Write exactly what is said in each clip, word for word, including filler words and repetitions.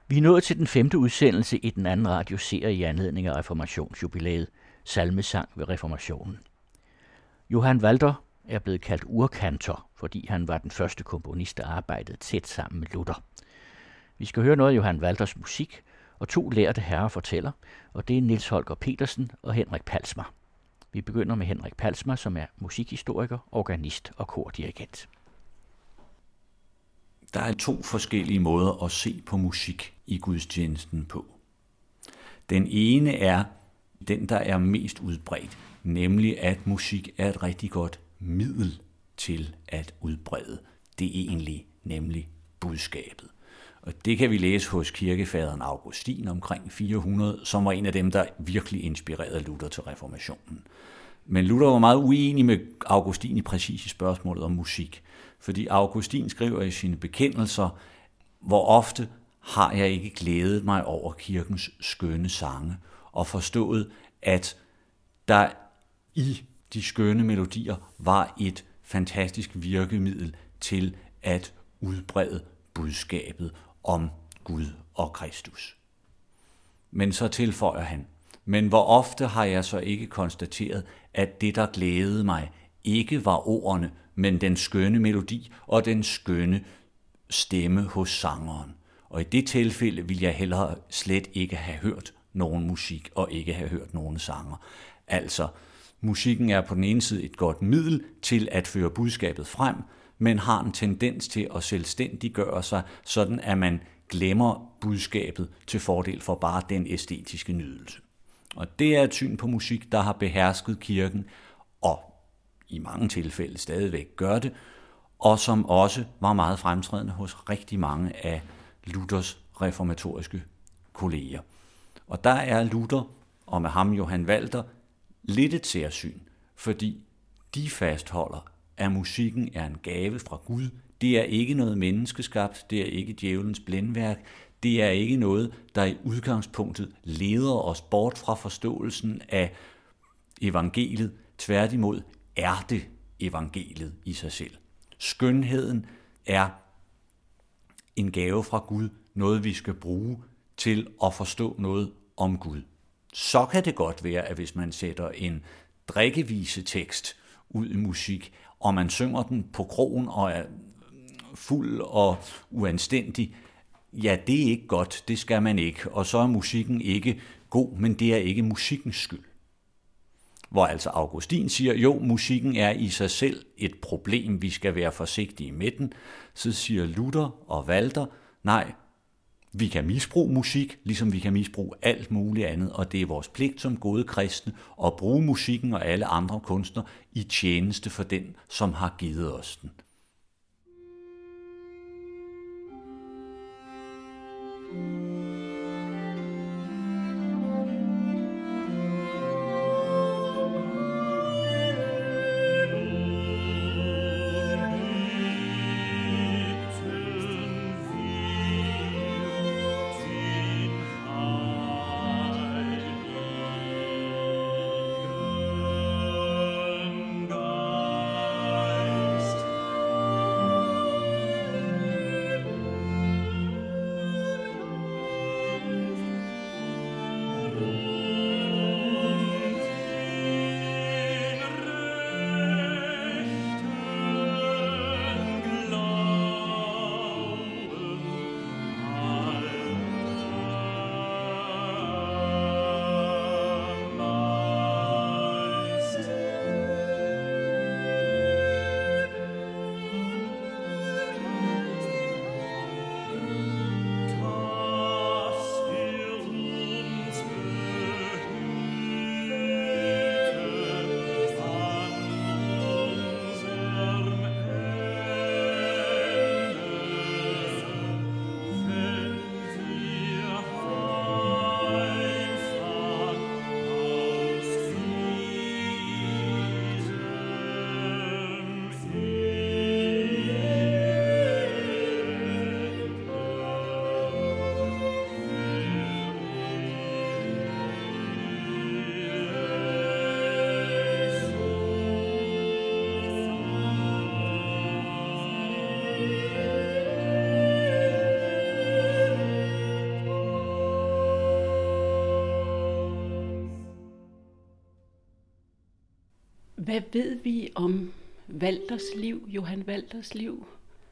Vi er nået til den femte udsendelse i den anden radioserie i anledning af reformationsjubilæet, Salmesang ved reformationen. Johann Walther er blevet kaldt urkantor, fordi han var den første komponist, der arbejdede tæt sammen med Luther. Vi skal høre noget af Johann Walthers musik, og to lærte herrer fortæller, og det er Niels Holger Petersen og Henrik Palsmer. Vi begynder med Henrik Palsmer, som er musikhistoriker, organist og kordirigent. Der er to forskellige måder at se på musik i gudstjenesten på. Den ene er den, der er mest udbredt, nemlig at musik er et rigtig godt middel til at udbrede det egentlige, nemlig budskabet. Og det kan vi læse hos kirkefaderen Augustin omkring fire hundrede, som var en af dem, der virkelig inspirerede Luther til reformationen. Men Luther var meget uenig med Augustin i præcis i spørgsmålet om musik, fordi Augustin skriver i sine bekendelser, hvor ofte har jeg ikke glædet mig over kirkens skønne sange, og forstået, at der i de skønne melodier var et fantastisk virkemiddel til at udbrede budskabet om Gud og Kristus. Men så tilføjer han, men hvor ofte har jeg så ikke konstateret, at det, der glædede mig, ikke var ordene, men den skønne melodi og den skønne stemme hos sangeren. Og i det tilfælde vil jeg hellere slet ikke have hørt nogen musik og ikke have hørt nogen sanger. Altså, musikken er på den ene side et godt middel til at føre budskabet frem, men har en tendens til at selvstændiggøre sig, sådan at man glemmer budskabet til fordel for bare den æstetiske nydelse. Og det er et syn på musik, der har behersket kirken, og i mange tilfælde stadigvæk gør det, og som også var meget fremtrædende hos rigtig mange af Luthers reformatoriske kolleger. Og der er Luther, og med ham Johann Walther, lidt et særsyn, fordi de fastholder, at musikken er en gave fra Gud. Det er ikke noget menneskeskabt, det er ikke djævelens blændværk, det er ikke noget, der i udgangspunktet leder os bort fra forståelsen af evangeliet. Tværtimod er det evangeliet i sig selv. Skønheden er en gave fra Gud, noget vi skal bruge til at forstå noget om Gud. Så kan det godt være, at hvis man sætter en drikkevisetekst ud i musik, og man synger den på krogen og er fuld og uanstændig, ja, det er ikke godt, det skal man ikke, og så er musikken ikke god, men det er ikke musikkens skyld. Hvor altså Augustin siger, jo, musikken er i sig selv et problem, vi skal være forsigtige med den, så siger Luther og Walther, nej, vi kan misbruge musik, ligesom vi kan misbruge alt muligt andet, og det er vores pligt som gode kristne at bruge musikken og alle andre kunstnere i tjeneste for den, som har givet os den. Hvad ved vi om Walthers liv, Johan Walthers liv?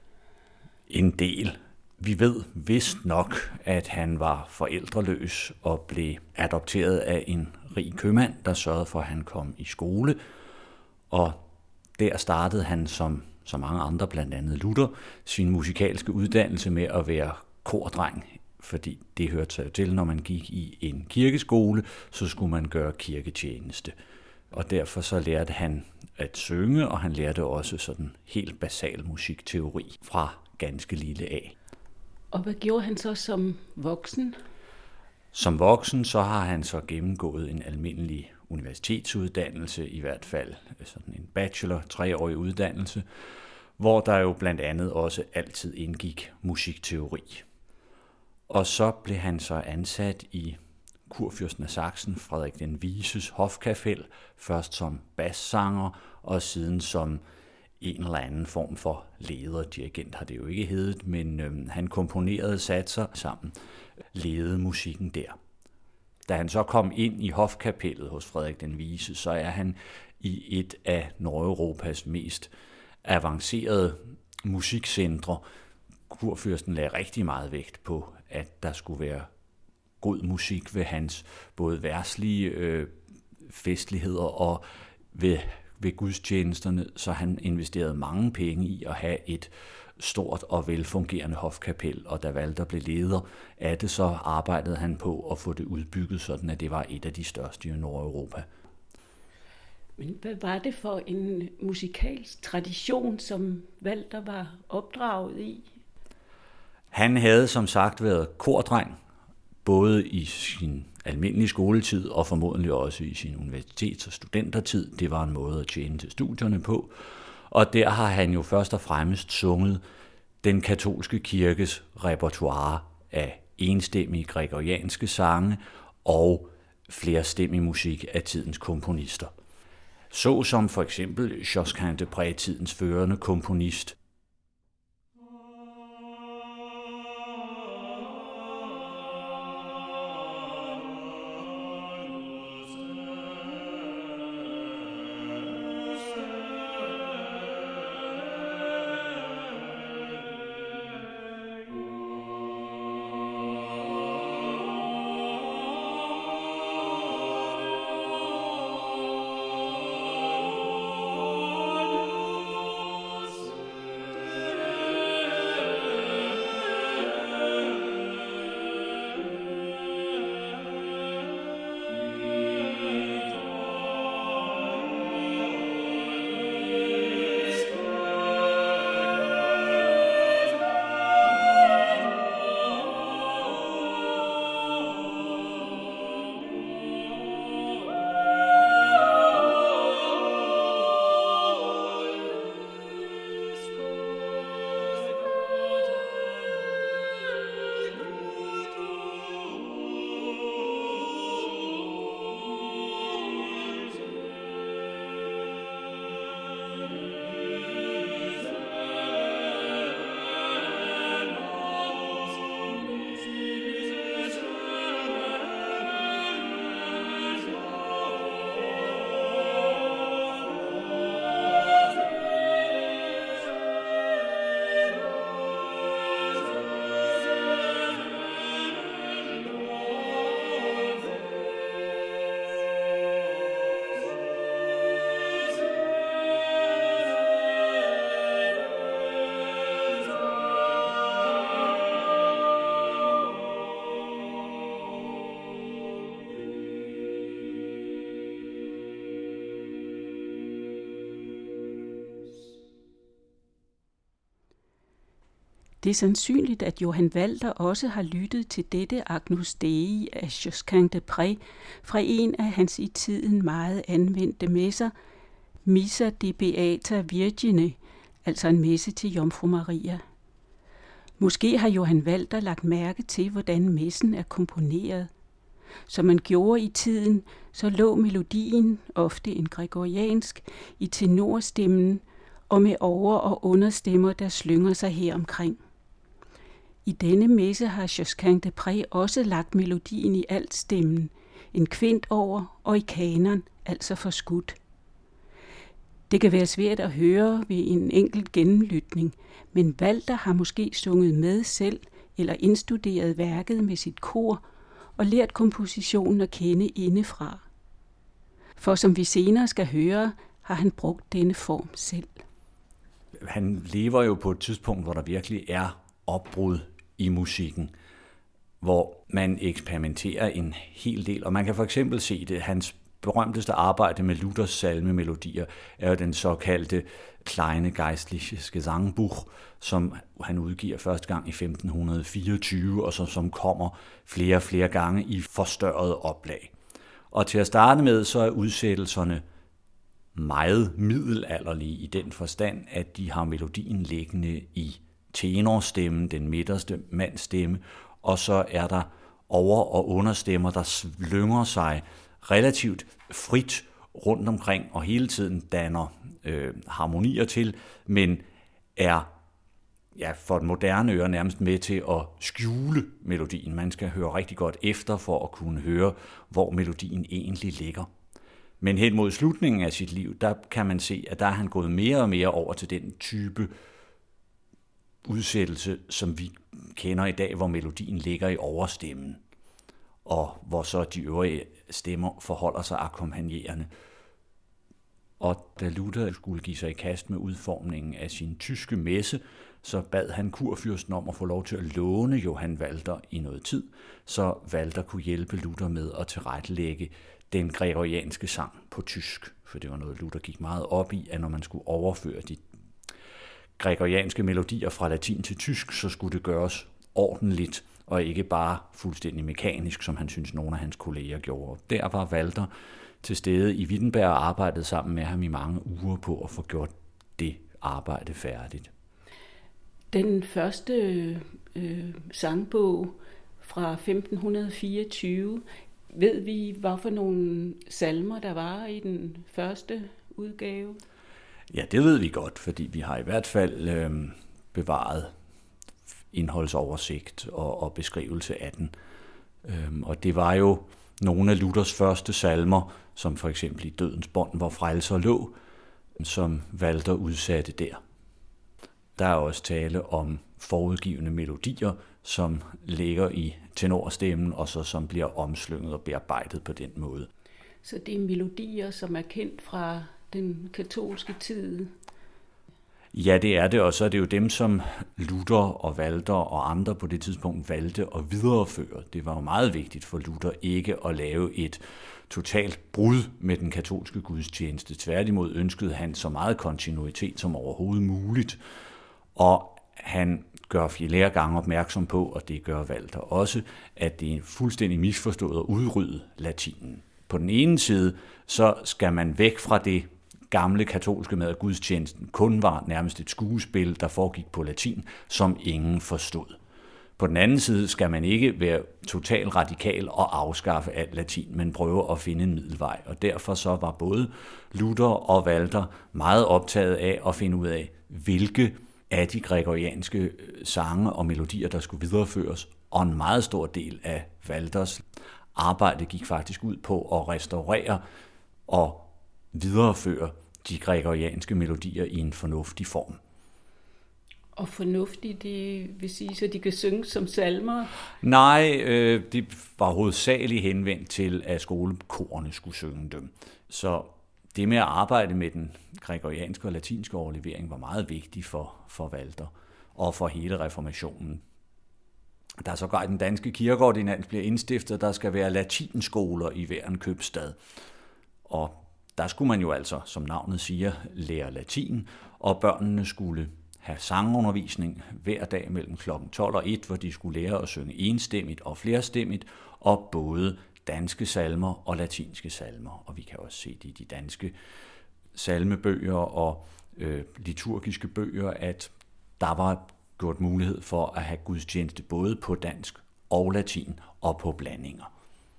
En del. Vi ved vist nok, at han var forældreløs og blev adopteret af en rig købmand, der sørgede for, at han kom i skole. Og der startede han, som så mange andre, blandt andet Luther, sin musikalske uddannelse med at være kordreng, fordi det hørte sig til, når man gik i en kirkeskole, så skulle man gøre kirketjeneste. Og derfor så lærte han at synge, og han lærte også sådan helt basal musikteori fra ganske lille af. Og hvad gjorde han så som voksen? Som voksen så har han så gennemgået en almindelig universitetsuddannelse, i hvert fald sådan en bachelor, treårig uddannelse, hvor der jo blandt andet også altid indgik musikteori. Og så blev han så ansat i kurfyrsten af Sachsen, Frederik den Vises hofkapel, først som bassanger og siden som en eller anden form for lederdirigent, har det jo ikke heddet, men øhm, han komponerede satser sammen, ledede musikken der. Da han så kom ind i hofkapellet hos Frederik den Vise, så er han i et af Nordeuropas mest avancerede musikcentre. Kurfyrsten lagde rigtig meget vægt på, at der skulle være god musik ved hans både verslige øh, festligheder og ved, ved gudstjenesterne, så han investerede mange penge i at have et stort og velfungerende hofkapel, og da Walther blev leder af det, så arbejdede han på at få det udbygget, sådan at det var et af de største i Nordeuropa. Men hvad var det for en musikalsk tradition, som Walther var opdraget i? Han havde som sagt været kordreng, både i sin almindelige skoletid og formodentlig også i sin universitets- og studentertid. Det var en måde at tjene til studierne på. Og der har han jo først og fremmest sunget den katolske kirkes repertoire af enstemmige gregorianske sange og flerstemmig musik af tidens komponister. Så som for eksempel Josquin de Pré, tidens førende komponist. Det er sandsynligt, at Johan Walther også har lyttet til dette Agnus Dei af Josquin de Pré fra en af hans i tiden meget anvendte messer, Missa de Beata Virgine, altså en messe til Jomfru Maria. Måske har Johan Walther lagt mærke til, hvordan messen er komponeret. Som man gjorde i tiden, så lå melodien, ofte en gregoriansk, i tenorstemmen og med over- og understemmer, der slynger sig her omkring. I denne messe har Josquin de Pré også lagt melodien i altstemmen, en kvint over og i kanon, altså forskudt. Det kan være svært at høre ved en enkelt gennemlytning, men Walter har måske sunget med selv eller indstuderet værket med sit kor og lært kompositionen at kende indefra. For som vi senere skal høre, har han brugt denne form selv. Han lever jo på et tidspunkt, hvor der virkelig er opbrud i musikken, hvor man eksperimenterer en hel del. Og man kan for eksempel se det, hans berømteste arbejde med Luthers salmemelodier er jo den såkaldte Kleine Geistliches Gesangbuch, som han udgiver første gang i femten fireogtyve, og så, som kommer flere og flere gange i forstørret oplag. Og til at starte med, så er udsættelserne meget middelalderlige i den forstand, at de har melodien liggende i tenorstemmen, den midterste mandsstemme, og så er der over- og understemmer, der slynger sig relativt frit rundt omkring og hele tiden danner øh, harmonier til, men er ja, for et moderne øre nærmest med til at skjule melodien. Man skal høre rigtig godt efter for at kunne høre, hvor melodien egentlig ligger. Men hen mod slutningen af sit liv, der kan man se, at der er han gået mere og mere over til den type udsættelse, som vi kender i dag, hvor melodien ligger i overstemmen, og hvor så de øvrige stemmer forholder sig akkompagnerende. Og da Luther skulle give sig i kast med udformningen af sin tyske messe, så bad han kurfyrsten om at få lov til at låne Johann Walter i noget tid, så Walter kunne hjælpe Luther med at tilrettelægge den gregorianske sang på tysk. For det var noget, Luther gik meget op i, at når man skulle overføre de gregorianske melodier fra latin til tysk, så skulle det gøres ordentligt, og ikke bare fuldstændig mekanisk, som han synes nogle af hans kolleger gjorde. Der var Walter til stede i Wittenberg og arbejdede sammen med ham i mange uger på at få gjort det arbejde færdigt. Den første øh, sangbog fra femten fireogtyve, ved vi, hvad for nogle salmer der var i den første udgave? Ja, det ved vi godt, fordi vi har i hvert fald øh, bevaret indholdsoversigt og, og beskrivelse af den. Øhm, og det var jo nogle af Luthers første salmer, som for eksempel i Dødens bånd, hvor frelser lå, som Walter udsatte der. Der er også tale om forudgivende melodier, som ligger i tenorstemmen, og så som bliver omslynget og bearbejdet på den måde. Så det er melodier, som er kendt fra den katolske tid? Ja, det er det, og så er det jo dem, som Luther og Walter og andre på det tidspunkt valgte at videreføre. Det var jo meget vigtigt for Luther ikke at lave et totalt brud med den katolske gudstjeneste. Tværtimod ønskede han så meget kontinuitet som overhovedet muligt, og han gør flere gange opmærksom på, og det gør Walter også, at det er fuldstændig misforstået at udrydde latinen. På den ene side, så skal man væk fra det gamle katolske med, at gudstjenesten kun var nærmest et skuespil, der foregik på latin, som ingen forstod. På den anden side skal man ikke være totalt radikal og afskaffe alt latin, men prøve at finde en middelvej. Og derfor så var både Luther og Walter meget optaget af at finde ud af, hvilke af de gregorianske sange og melodier, der skulle videreføres. Og en meget stor del af Walters arbejde gik faktisk ud på at restaurere og videreføre de gregorianske melodier i en fornuftig form. Og fornuftigt, det vil sige, så de kan synge som salmer? Nej, øh, det var hovedsageligt henvendt til, at skolekorene skulle synge dem. Så det med at arbejde med den gregorianske og latinske overlevering var meget vigtigt for, for Walter og for hele reformationen. Der er sågar i den danske kirkeordinans bliver indstiftet, at der skal være latinskoler i hver en købstad. Og der skulle man jo altså, som navnet siger, lære latin, og børnene skulle have sangundervisning hver dag mellem klokken tolv og et, hvor de skulle lære at synge enstemmigt og flerstemmigt, og både danske salmer og latinske salmer. Og vi kan også se det i de danske salmebøger og øh, liturgiske bøger, at der var gjort mulighed for at have gudstjeneste både på dansk og latin og på blandinger.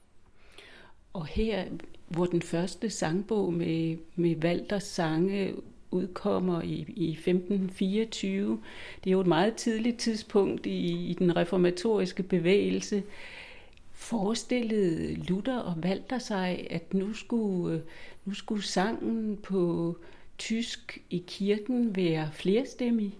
Og her, hvor den første sangbog med, med Walters sange udkommer i, i femten fireogtyve, det er jo et meget tidligt tidspunkt i, i den reformatoriske bevægelse. Forestillede Luther og Walter sig, at nu skulle, nu skulle sangen på tysk i kirken være flerstemmig?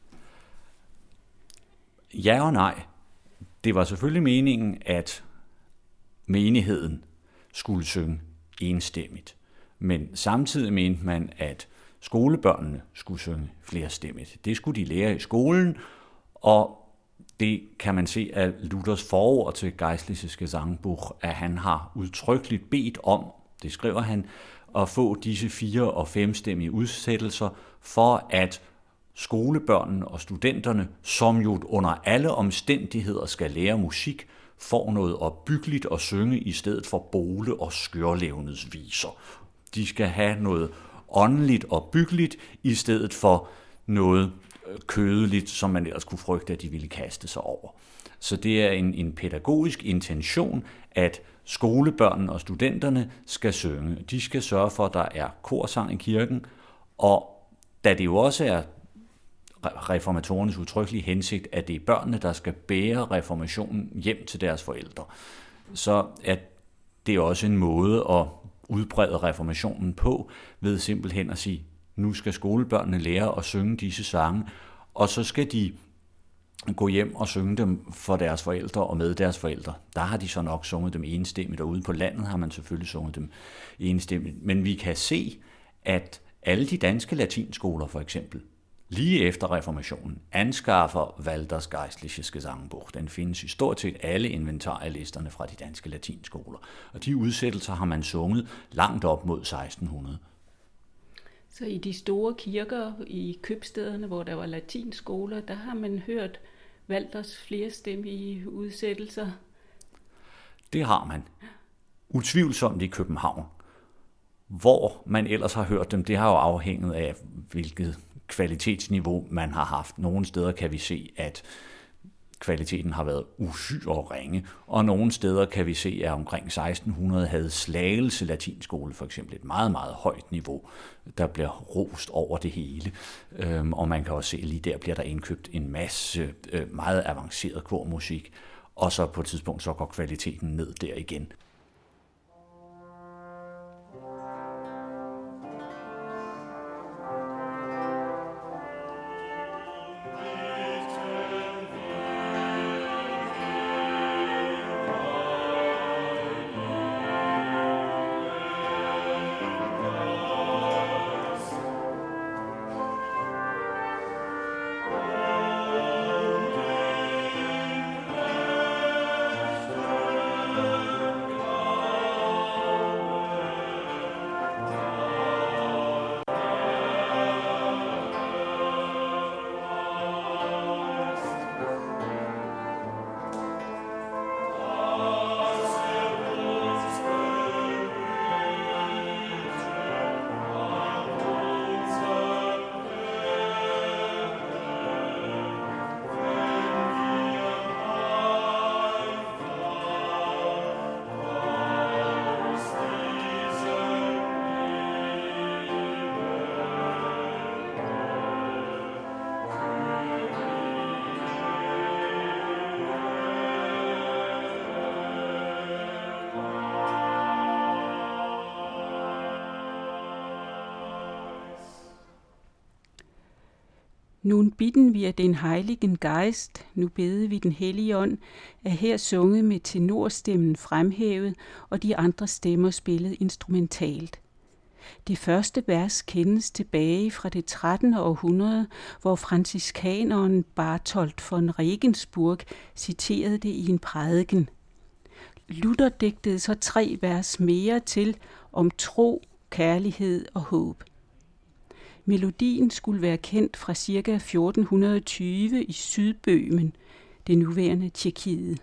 Ja og nej. Det var selvfølgelig meningen, at menigheden skulle synge enstemmigt. Men samtidig mente man, at skolebørnene skulle synge flerstemmigt. Det skulle de lære i skolen, og det kan man se af Luthers forord til Geistliches Gesangbuch, at han har udtrykkeligt bedt om, det skriver han, at få disse fire- og femstemmige udsættelser, for at skolebørnene og studenterne, som jo under alle omstændigheder skal lære musik, får noget opbyggeligt at synge i stedet for bole- og skørlevnets viser. De skal have noget åndeligt og byggeligt i stedet for noget kødeligt, som man ellers kunne frygte, at de ville kaste sig over. Så det er en, en pædagogisk intention, at skolebørnene og studenterne skal synge. De skal sørge for, at der er korsang i kirken, og da det jo også er reformatorernes udtrykkelige hensigt, at det er børnene, der skal bære reformationen hjem til deres forældre, så er det også en måde at udbrede reformationen på, ved simpelthen at sige, nu skal skolebørnene lære at synge disse sange, og så skal de gå hjem og synge dem for deres forældre og med deres forældre. Der har de så nok sunget dem enstemmigt, og ude på landet har man selvfølgelig sunget dem enstemmigt. Men vi kan se, at alle de danske latinskoler for eksempel, lige efter reformationen, anskaffer Walthers Geistliches Gesangbuch. Den findes i stort set alle inventarielisterne fra de danske latinskoler. Og de udsættelser har man sunget langt op mod seksten hundrede. Så i de store kirker i købstederne, hvor der var latinskoler, der har man hørt Walthers flerstemmige udsættelser? Det har man. Utvivlsomt i København. Hvor man ellers har hørt dem, det har jo afhænget af, hvilket kvalitetsniveau man har haft. Nogle steder kan vi se, at kvaliteten har været uhyre ringe, og nogle steder kan vi se, at omkring seksten hundrede havde Slagelse latinskole for eksempel et meget, meget højt niveau, der bliver rost over det hele. Øhm, og man kan også se, at lige der bliver der indkøbt en masse øh, meget avanceret kormusik, og så på et tidspunkt så går kvaliteten ned der igen. Nun bitten wir den Heiligen Geist, nu beder vi den hellige ånd, er her sunget med tenorstemmen fremhævet og de andre stemmer spillet instrumentalt. Det første vers kendes tilbage fra det trettende århundrede, hvor franciskaneren Barthold von Regensburg citerede det i en prædiken. Luther digtede så tre vers mere til om tro, kærlighed og håb. Melodien skulle være kendt fra ca. fjorten tyve i Sydbøhmen, det nuværende Tjekkiet.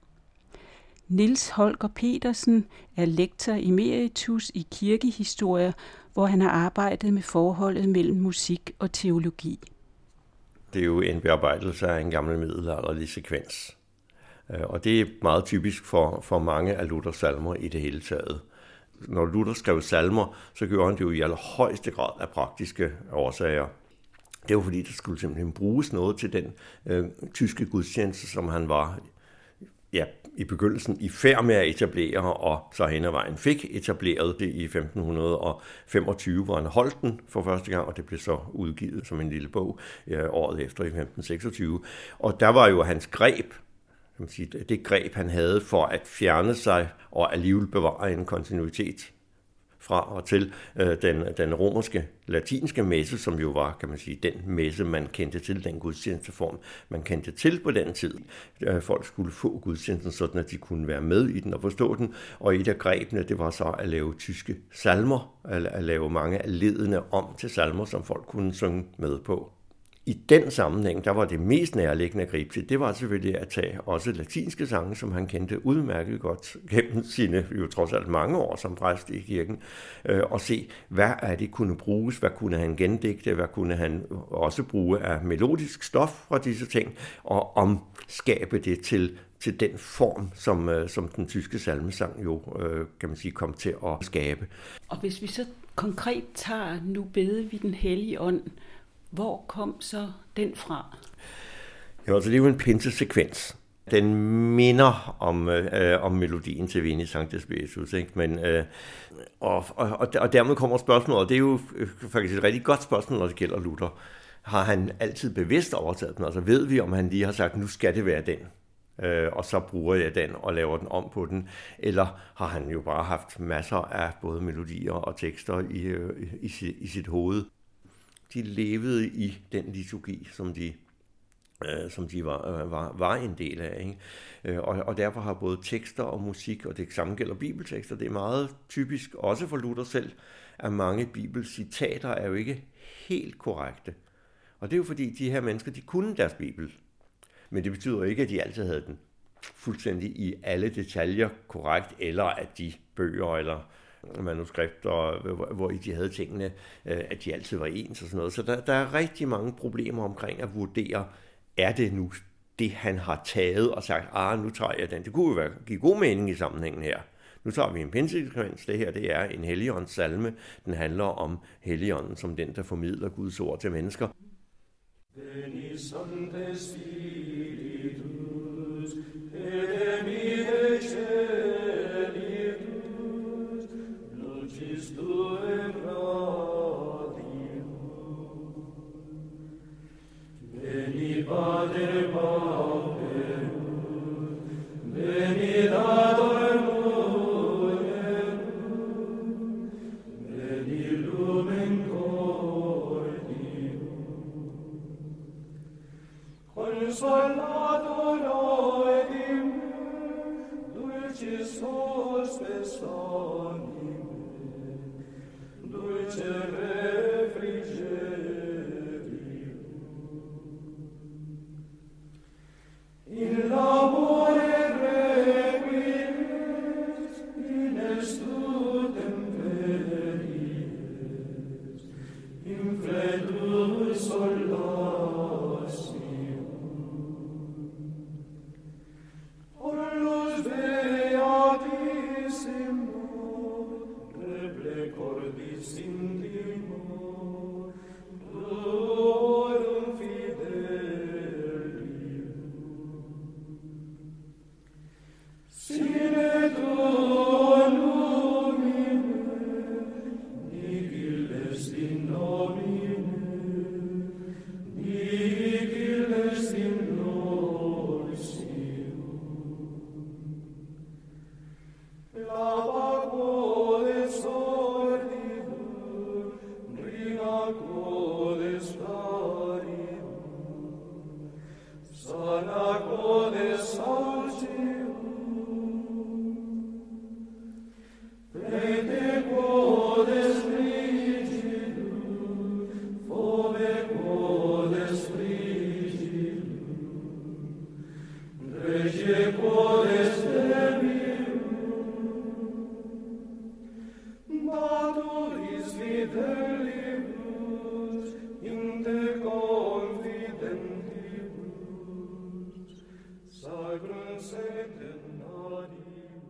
Niels Holger Petersen er lektor emeritus i kirkehistorie, hvor han har arbejdet med forholdet mellem musik og teologi. Det er jo en bearbejdelse af en gammel middelalderlig sekvens. Og det er meget typisk for, for mange af Luthers salmer i det hele taget. Når Luther skrev salmer, så gjorde han det jo i allerhøjeste grad af praktiske årsager. Det var fordi, der skulle simpelthen bruges noget til den øh, tyske gudstjeneste, som han var ja, i begyndelsen i færd med at etablere, og så hen ad vejen fik etableret det i femten femogtyve, hvor han holdt den for første gang, og det blev så udgivet som en lille bog ja, året efter i femten seksogtyve. Og der var jo hans greb, kan man sige, det greb, han havde for at fjerne sig og alligevel bevare en kontinuitet fra og til øh, den, den romerske, latinske messe, som jo var, kan man sige, den messe, man kendte til, den gudstjenesteform, man kendte til på den tid. Øh, folk skulle få gudstjenesten, sådan at de kunne være med i den og forstå den, og et af grebene, det var så at lave tyske salmer, at, at lave mange af ledene om til salmer, som folk kunne synge med på. I den sammenhæng, der var det mest nærliggende at gribe til, det var selvfølgelig at tage også latinske sange, som han kendte udmærket godt gennem sine jo trods alt mange år som præst i kirken, øh, og se, hvad er det kunne bruges, hvad kunne han gendigte, hvad kunne han også bruge af melodisk stof fra disse ting, og omskabe det til, til den form, som, øh, som den tyske salmesang jo, øh, kan man sige, kom til at skabe. Og hvis vi så konkret tager, nu beder vi den hellige ånd, hvor kom så den fra? Ja, altså det er jo en pinsesekvens. Den minder om, øh, om melodien til Veni Sancte Spiritus, ikke? Men, øh, og, og, og dermed kommer spørgsmålet, og det er jo faktisk et rigtig godt spørgsmål, når det gælder Luther. Har han altid bevidst overtaget den? Altså ved vi, om han lige har sagt, nu skal det være den, øh, og så bruger jeg den og laver den om på den? Eller har han jo bare haft masser af både melodier og tekster i, øh, i, i sit hoved? De levede i den liturgi, som de, øh, som de var, var, var en del af. Ikke? Og, og derfor har både tekster og musik, og det samme gælder bibeltekster, det er meget typisk, også for Luther selv, at mange bibelcitater er jo ikke helt korrekte. Og det er jo fordi, de her mennesker, de kunne deres bibel. Men det betyder ikke, at de altid havde den fuldstændig i alle detaljer korrekt, eller at de bøger eller manuskripter, hvor de havde tingene, at de altid var ens og sådan noget. Så der, der er rigtig mange problemer omkring at vurdere, er det nu det, han har taget og sagt, ah, nu tager jeg den. Det kunne jo være, give god mening i sammenhængen her. Nu tager vi en pinsesekvens. Det her, det er en Helligåndens salme. Den handler om Helligånden som den, der formidler Guds ord til mennesker. Veni Sancte Spiritus, et emite celitus, lucis tuae radium. Veni Pater Pauperum, veni Dator Muerum, veni Lumen Cordium. Consolator oedim, dulcis hospes anime, dulce refrigerium. In labore requies, in estutem veries, in fredus solatium. Ollus beatissimo, reble cordis intimo, duorum fidelium. Sine tuo lumine, nihil est in nomine, nihil est in nocium. Lava codes ordidum, brina codes paridum, sana codes saucium, plete codes frigidum, fome codes frigidum, rege codes demium, maturis fidelibus, in te confidentibus, sacrum septenarium.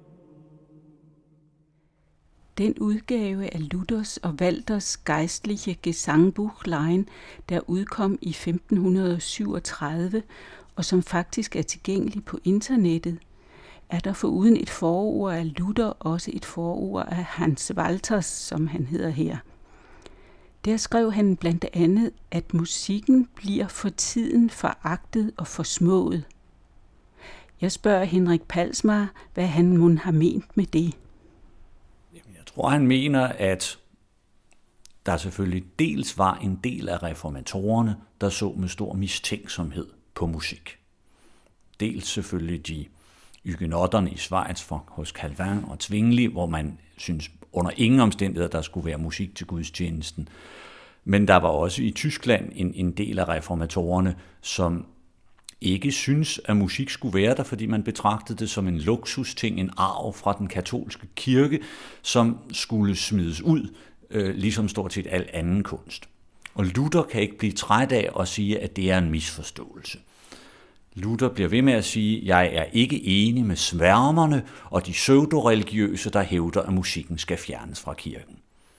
Den udgave af Luthers og Walthers geistliche Gesangbuchlein, der udkom i femten syvogtredive, og som faktisk er tilgængelig på internettet, er der foruden et forord af Luther også et forord af Hans Walthers, som han hedder her. Der skrev han blandt andet, at musikken bliver for tiden foragtet og forsmået. Jeg spørger Henrik Palsmar, hvad han mon har ment med det. Jeg tror, han mener, at der selvfølgelig dels var en del af reformatorerne, der så med stor mistænksomhed på musik. Dels selvfølgelig de hygenotterne i Schweiz for, hos Calvin og Zwingli, hvor man synes under ingen omstændigheder, der skulle være musik til gudstjenesten. Men der var også i Tyskland en, en del af reformatorerne, som ikke synes, at musik skulle være der, fordi man betragtede det som en luksusting, en arv fra den katolske kirke, som skulle smides ud, øh, ligesom stort set al anden kunst. Og Luther kan ikke blive træt af at sige, at det er en misforståelse. Luther bliver ved med at sige, at jeg er ikke enig med sværmerne og de pseudoreligiøse, der hævder, at musikken skal fjernes fra kirken.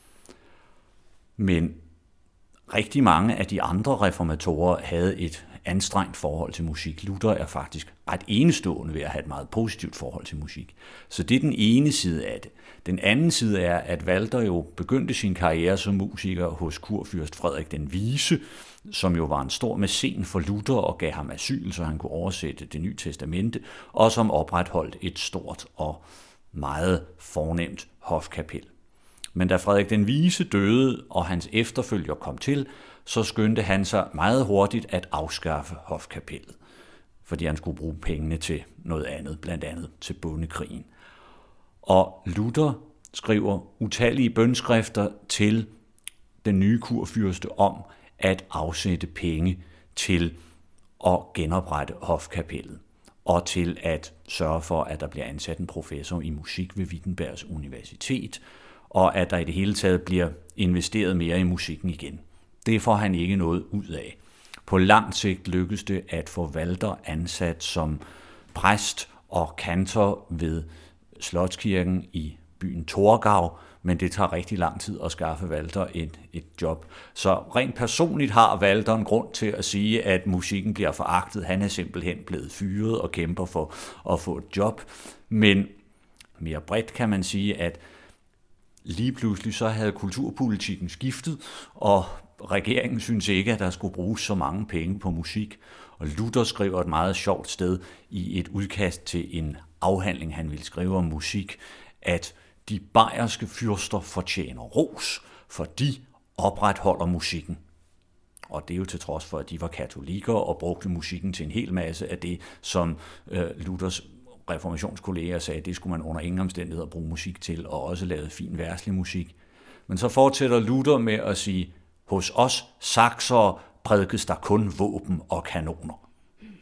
Men rigtig mange af de andre reformatorer havde et anstrengt forhold til musik. Luther er faktisk ret enestående ved at have et meget positivt forhold til musik. Så det er den ene side af det. Den anden side er, at Walther jo begyndte sin karriere som musiker hos kurfyrst Frederik den Vise, som jo var en stor mæcen for Luther og gav ham asyl, så han kunne oversætte Det Nye Testamente, og som opretholdt et stort og meget fornemt hofkapel. Men da Frederik den Vise døde, og hans efterfølger kom til, så skyndte han sig meget hurtigt at afskaffe hofkapellet, fordi han skulle bruge pengene til noget andet, blandt andet til bondekrigen. Og Luther skriver utallige bønskrifter til den nye kurfyrste om at afsætte penge til at genoprette hofkapellet, og til at sørge for, at der bliver ansat en professor i musik ved Wittenbergs Universitet, og at der i det hele taget bliver investeret mere i musikken igen. Det får han ikke noget ud af. På lang sigt lykkedes det at få Walther ansat som præst og kantor ved Slotskirken i byen Torgau, men det tager rigtig lang tid at skaffe Walther et, et job. Så rent personligt har Walther en grund til at sige, at musikken bliver foragtet. Han er simpelthen blevet fyret og kæmper for at få et job. Men mere bredt kan man sige, at lige pludselig så havde kulturpolitikken skiftet, og regeringen synes ikke, at der skulle bruges så mange penge på musik. Og Luther skriver et meget sjovt sted i et udkast til en afhandling, han ville skrive om musik, at de bayerske fyrster fortjener ros, for de opretholder musikken. Og det er jo til trods for, at de var katolikker og brugte musikken til en hel masse af det, som øh, Luthers reformationskolleger sagde, at det skulle man under ingen omstændigheder bruge musik til, og også lavede fin verdslig musik. Men så fortsætter Luther med at sige, hos os saksere prædikes der kun våben og kanoner.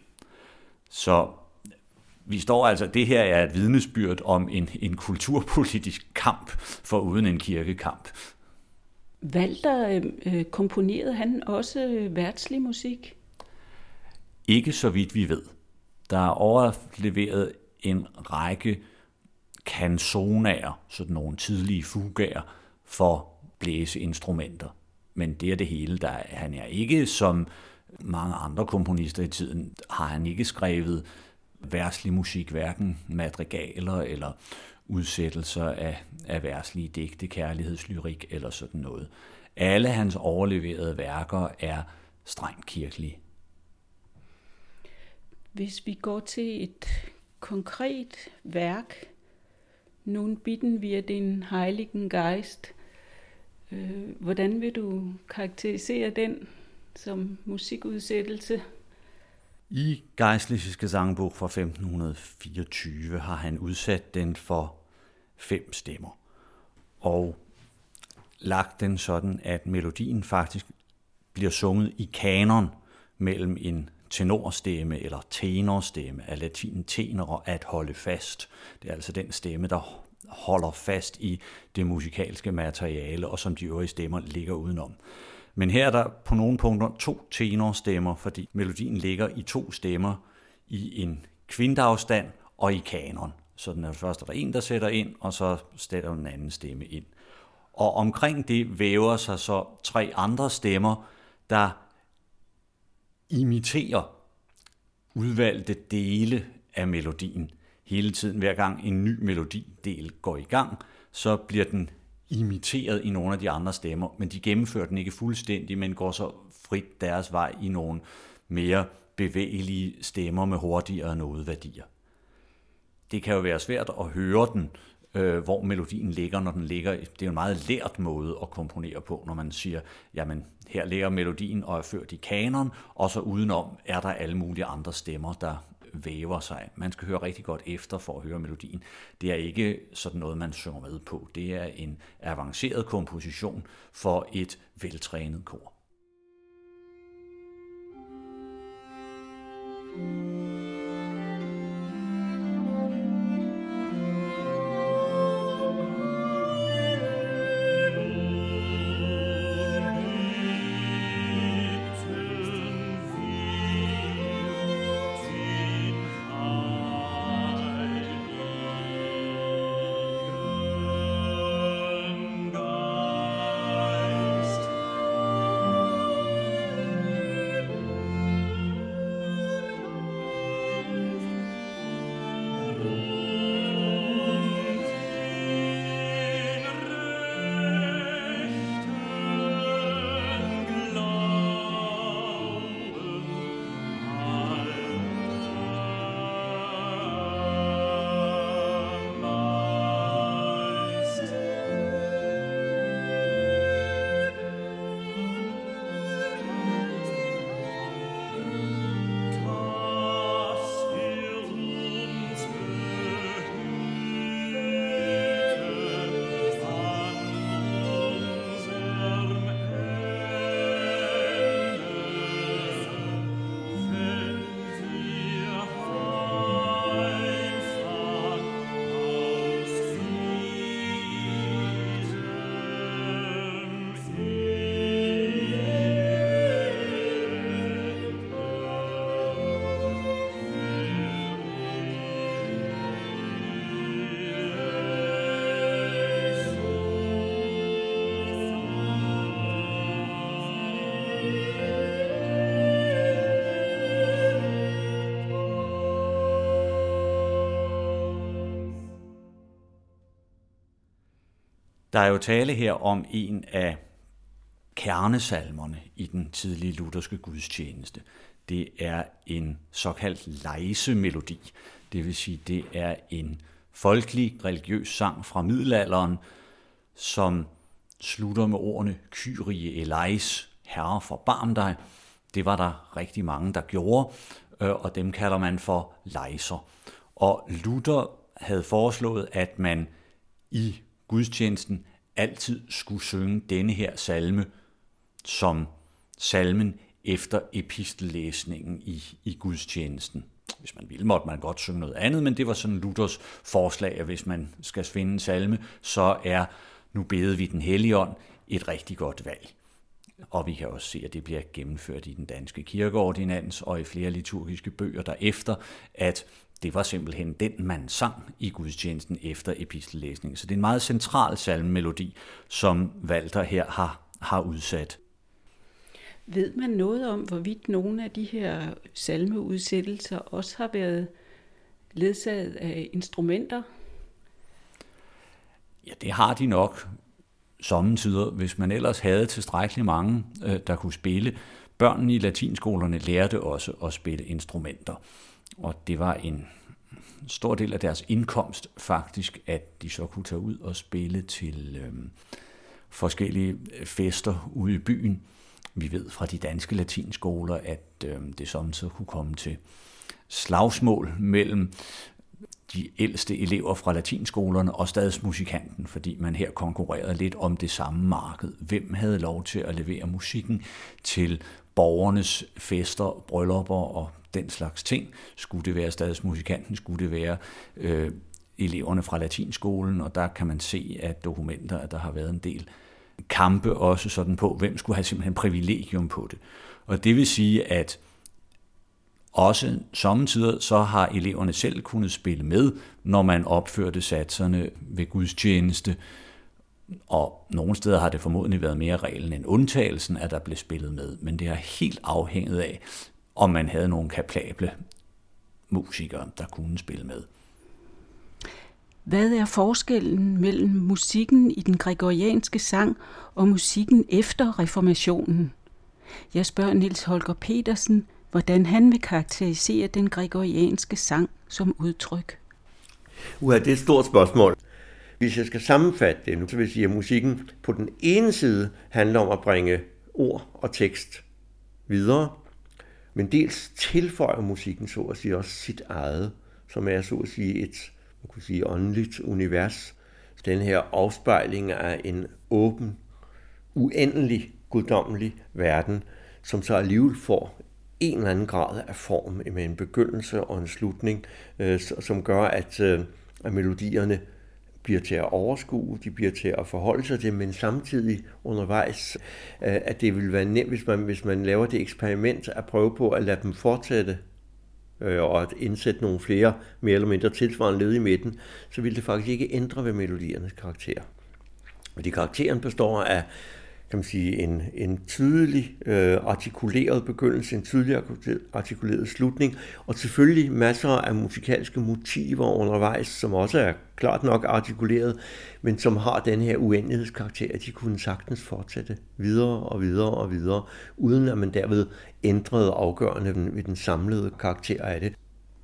Så vi står altså, det her er et vidnesbyrd om en, en kulturpolitisk kamp, for uden en kirkekamp. Walther, øh, komponerede han også verdslig musik? Ikke så vidt vi ved. Der er overleveret en række canzonaer, sådan nogle tidlige fugaer, for blæseinstrumenter. Men det er det hele, der han er ikke, som mange andre komponister i tiden, har han ikke skrevet verdslig musik, hverken madrigaler eller udsættelser af, af verdslige digte, kærlighedslyrik eller sådan noget. Alle hans overleverede værker er strengt kirkelige. Hvis vi går til et konkret værk, Nun bitten wir den Heiligen Geist, øh, hvordan vil du karakterisere den som musikudsættelse? I Geistliches Gesangbuch fra femten fireogtyve har han udsat den for fem stemmer, og lagt den sådan, at melodien faktisk bliver sunget i kanon mellem en tenorstemme eller tenorstemme af latin tenor og at holde fast. Det er altså den stemme, der holder fast i det musikalske materiale, og som de øvrige stemmer ligger udenom. Men her er der på nogle punkter to tenorstemmer, fordi melodien ligger i to stemmer i en kvintafstand og i kanon. Så den er først er der en, der sætter ind, og så sætter den anden stemme ind. Og omkring det væver sig så tre andre stemmer, der imiterer udvalgte dele af melodien. hele tiden, hver gang en ny melodidel går i gang, så bliver den imiteret i nogle af de andre stemmer, men de gennemfører den ikke fuldstændig, men går så frit deres vej i nogle mere bevægelige stemmer med hurtigere nodeværdier. Det kan jo være svært at høre den, øh, hvor melodien ligger, når den ligger. Det er jo en meget lært måde at komponere på, når man siger, jamen her ligger melodien og er ført i kanon, og så udenom er der alle mulige andre stemmer, der væver sig. Man skal høre rigtig godt efter for at høre melodien. Det er ikke sådan noget, man synger med på. Det er en avanceret komposition for et veltrænet kor. Der er jo tale her om en af kernesalmerne i den tidlige lutherske gudstjeneste. Det er en såkaldt lejsemelodi, det vil sige, det er en folkelig religiøs sang fra middelalderen, som slutter med ordene Kyrie eleis, Herre forbarm dig. Det var der rigtig mange, der gjorde, og dem kalder man for lejser. Og Luther havde foreslået, at man i gudstjenesten altid skulle synge denne her salme som salmen efter epistellæsningen i, i gudstjenesten. Hvis man ville, måtte man godt synge noget andet, men det var sådan Luthers forslag, at hvis man skal finde en salme, så er Nu beder vi den Helligånd et rigtig godt valg. Og vi kan også se, at det bliver gennemført i den danske kirkeordinans og i flere liturgiske bøger derefter, at det var simpelthen den, man sang i gudstjenesten efter epistellæsningen. Så det er en meget central salmemelodi, som Walther her har, har udsat. Ved man noget om, hvorvidt nogle af de her salmeudsættelser også har været ledsaget af instrumenter? Ja, det har de nok sommetider, hvis man ellers havde tilstrækkeligt mange, der kunne spille. Børnene i latinskolerne lærte også at spille instrumenter, og det var en stor del af deres indkomst faktisk, at de så kunne tage ud og spille til øh, forskellige fester ude i byen. Vi ved fra de danske latinskoler, at øh, det samtidig kunne komme til slagsmål mellem de ældste elever fra latinskolerne og stadsmusikanten, fordi man her konkurrerede lidt om det samme marked. Hvem havde lov til at levere musikken til borgernes fester, bryllupper og den slags ting? Skulle det være stadsmusikanten? Skulle det være øh, eleverne fra latinskolen? Og der kan man se af dokumenter, at der har været en del kampe også sådan på, hvem skulle have simpelthen privilegium på det. Og det vil sige, at også sommetider så har eleverne selv kunnet spille med, når man opførte satserne ved gudstjeneste, og nogle steder har det formodentlig været mere reglen end undtagelsen, at der blev spillet med, men det har helt afhænget af, om man havde nogle kapable musikere, der kunne spille med. Hvad er forskellen mellem musikken i den gregorianske sang og musikken efter reformationen? Jeg spørger Niels Holger Petersen, hvordan han vil karakterisere den gregorianske sang som udtryk. Uha, det er et stort spørgsmål. Hvis jeg skal sammenfatte det nu, så vil jeg sige, at musikken på den ene side handler om at bringe ord og tekst videre, men dels tilføjer musikken så at sige også sit eget, som er så at sige et, man kunne sige, åndeligt univers. Den her afspejling af en åben, uendelig, guddommelig verden, som så alligevel får en eller anden grad af form med en begyndelse og en slutning, øh, som gør, at, øh, at melodierne bliver til at overskue, de bliver til at forholde sig til, men samtidig undervejs, øh, at det vil være nemt, hvis man, hvis man laver det eksperiment, at prøve på at lade dem fortsætte, øh, og at indsætte nogle flere, mere eller mindre tilsvarende led i midten, så vil det faktisk ikke ændre ved melodiernes karakter. Fordi karakteren består af, kan man sige, en, en tydelig øh, artikuleret begyndelse, en tydelig artikuleret slutning, og selvfølgelig masser af musikalske motiver undervejs, som også er klart nok artikuleret, men som har den her uendelighedskarakter, at de kunne sagtens fortsætte videre og videre og videre, uden at man derved ændrede afgørende ved den samlede karakter af det.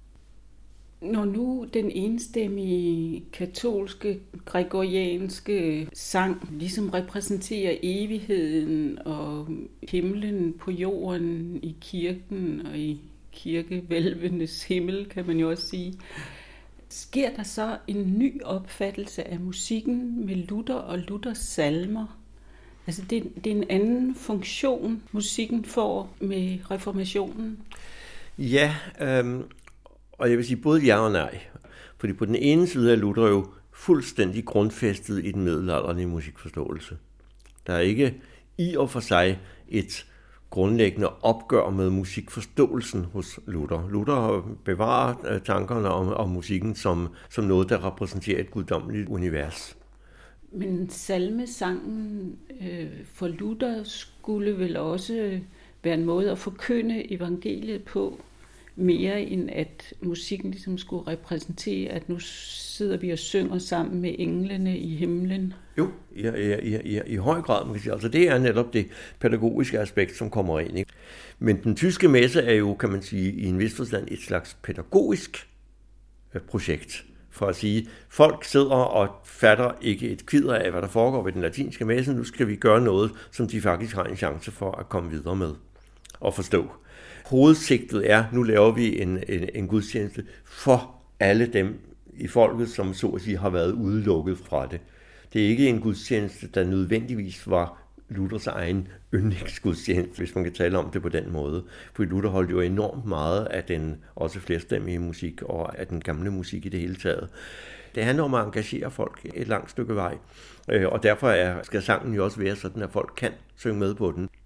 Når nu den enstemmige katolske, gregorianske sang ligesom repræsenterer evigheden og himlen på jorden i kirken og i kirkevælvenes himmel, kan man jo også sige, sker der så en ny opfattelse af musikken med Luther og Luthers salmer? Altså det, det er en anden funktion, musikken får med reformationen? Ja, øhm og jeg vil sige både ja og nej. Fordi på den ene side er Luther jo fuldstændig grundfæstet i den middelalderlige musikforståelse. Der er ikke i og for sig et grundlæggende opgør med musikforståelsen hos Luther. Luther bevarer tankerne om, om musikken som, som noget, der repræsenterer et guddommeligt univers. Men salmesangen øh, for Luther skulle vel også være en måde at forkynde evangeliet på, mere end at musikken ligesom skulle repræsentere, at nu sidder vi og synger sammen med englene i himlen. Jo, i, i, i, i høj grad, man kan sige. Altså det er netop det pædagogiske aspekt, som kommer ind. Ikke? Men den tyske messe er jo, kan man sige, i en vis forstand et slags pædagogisk projekt. For at sige, folk sidder og fatter ikke et kvidder af, hvad der foregår ved den latinske messe. Nu skal vi gøre noget, som de faktisk har en chance for at komme videre med og forstå. Hovedsigtet er, nu laver vi en, en, en gudstjeneste for alle dem i folket, som så at sige har været udelukket fra det. Det er ikke en gudstjeneste, der nødvendigvis var Luthers egen yndlingsgudstjeneste, hvis man kan tale om det på den måde. For Luther holdt jo enormt meget af den også flerstemmige musik og af den gamle musik i det hele taget. Det handler om at engagere folk et langt stykke vej, og derfor er, skal sangen jo også være sådan, at folk kan synge med på den.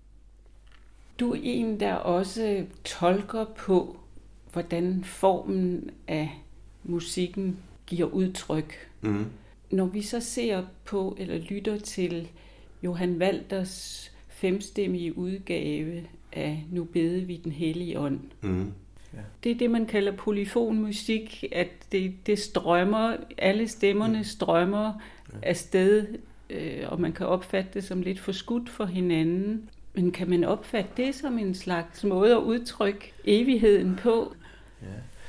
Du er en, der også tolker på, hvordan formen af musikken giver udtryk. Mm. Når vi så ser på eller lytter til Johan Walthers femstemmige udgave af Nu bede vi den hellige ånd. Mm. Ja. Det er det, man kalder polyfonmusik, at det, det strømmer, alle stemmerne strømmer ja. afsted, øh, og man kan opfatte det som lidt forskudt for hinanden. Men kan man opfatte det som en slags måde at udtrykke evigheden på? Ja.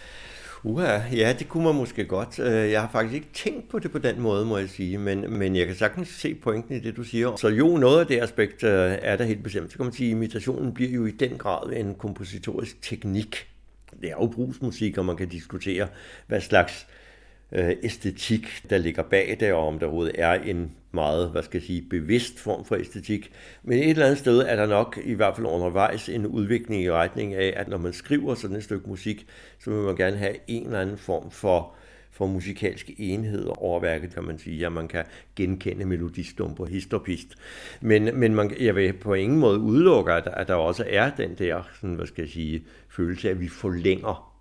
Uha, ja, det kunne man måske godt. Jeg har faktisk ikke tænkt på det på den måde, må jeg sige, men, men jeg kan sagtens se pointen i det, du siger. Så jo, noget af det aspekt er der helt bestemt. Så kan man sige, at imitationen bliver jo i den grad en kompositorisk teknik. Det er jo brugsmusik, og man kan diskutere, hvad slags æstetik, der ligger bag det, og om der overhovedet er en meget, hvad skal jeg sige, bevidst form for æstetik. Men et eller andet sted er der nok i hvert fald undervejs en udvikling i retning af, at når man skriver sådan et stykke musik, så vil man gerne have en eller anden form for, for musikalske enheder over værket, kan man sige, at man kan genkende melodistumper, hist og pist. Men, men man, jeg vil på ingen måde udelukke, at, at der også er den der, sådan, hvad skal jeg sige, følelse af, at vi forlænger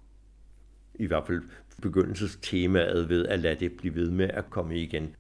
i hvert fald begyndelsestemaet ved at lade det blive ved med at komme igen.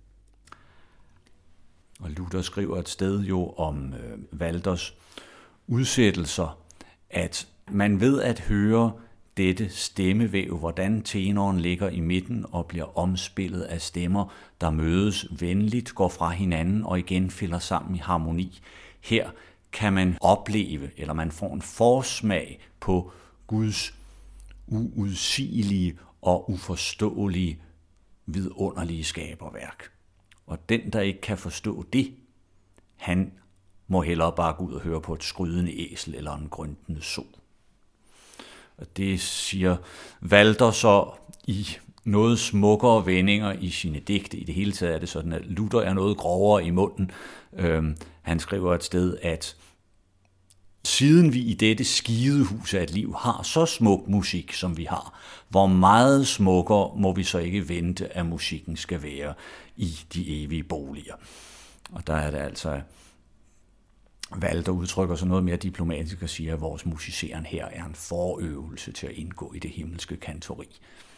Og Luther skriver et sted jo om øh, Walthers udsættelser, at man ved at høre dette stemmevæv, hvordan tenoren ligger i midten og bliver omspillet af stemmer, der mødes venligt, går fra hinanden og igen falder sammen i harmoni. Her kan man opleve, eller man får en forsmag på Guds uudsigelige og uforståelige, vidunderlige skaberværk. Og den, der ikke kan forstå det, han må hellere bare gå ud og høre på et skrydende æsel eller en grøntende so. Og det siger Walther så i noget smukkere vendinger i sine digte. I det hele taget er det sådan, at Luther er noget grovere i munden. Øhm, han skriver et sted, at siden vi i dette skidehus af et liv har så smuk musik, som vi har, hvor meget smukkere må vi så ikke vente, at musikken skal være i de evige boliger. Og der er det altså, Walther udtrykker sig noget mere diplomatisk og siger, at vores musiceren her er en forøvelse til at indgå i det himmelske kantori.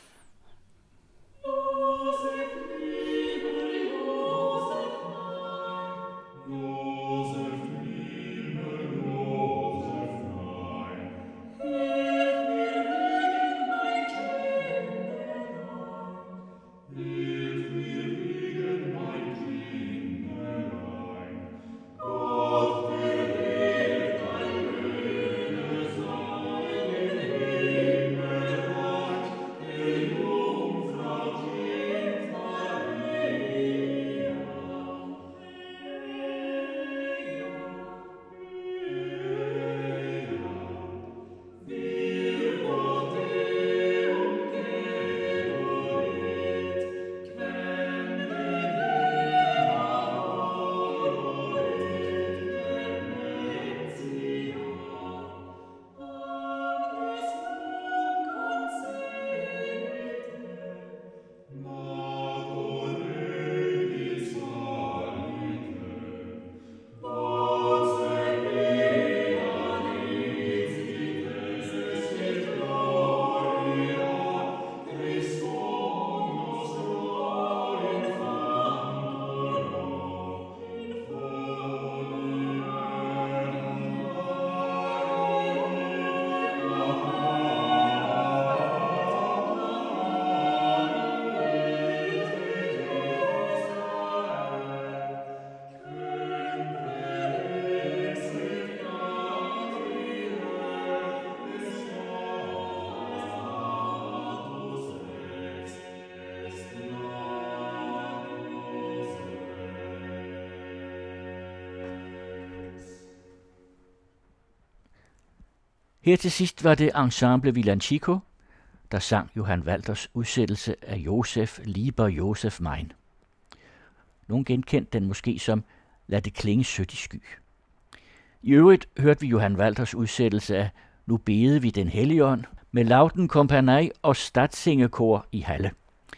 Her til sidst var det ensemble Villancico, der sang Johann Walthers udsættelse af Josef, Lieber Josef mein. Nogen genkendte den måske som Lad det klinge sødt i sky. I øvrigt hørte vi Johann Walthers udsættelse af Nu bede vi den Helligånd med Lauten Kompagni og Statssingekor i Halle.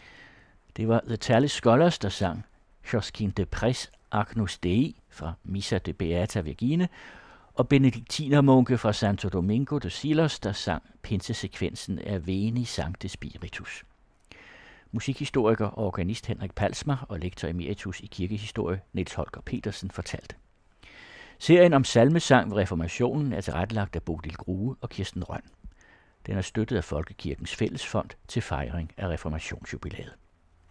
Det var The Tallis Scholars, der sang Josquin de Près Agnus Dei fra Missa de Beata Virgine, og benediktinermunke fra Santo Domingo de Silos, der sang pinsesekvensen af Veni Sancte Spiritus. Musikhistoriker og organist Henrik Palsmar og lektor emeritus i kirkehistorie Niels Holger Petersen fortalte. Serien om salmesang ved reformationen er tilrettelagt af Bodil Grue og Kirsten Rønn. Den er støttet af Folkekirkens Fællesfond til fejring af reformationsjubilæet.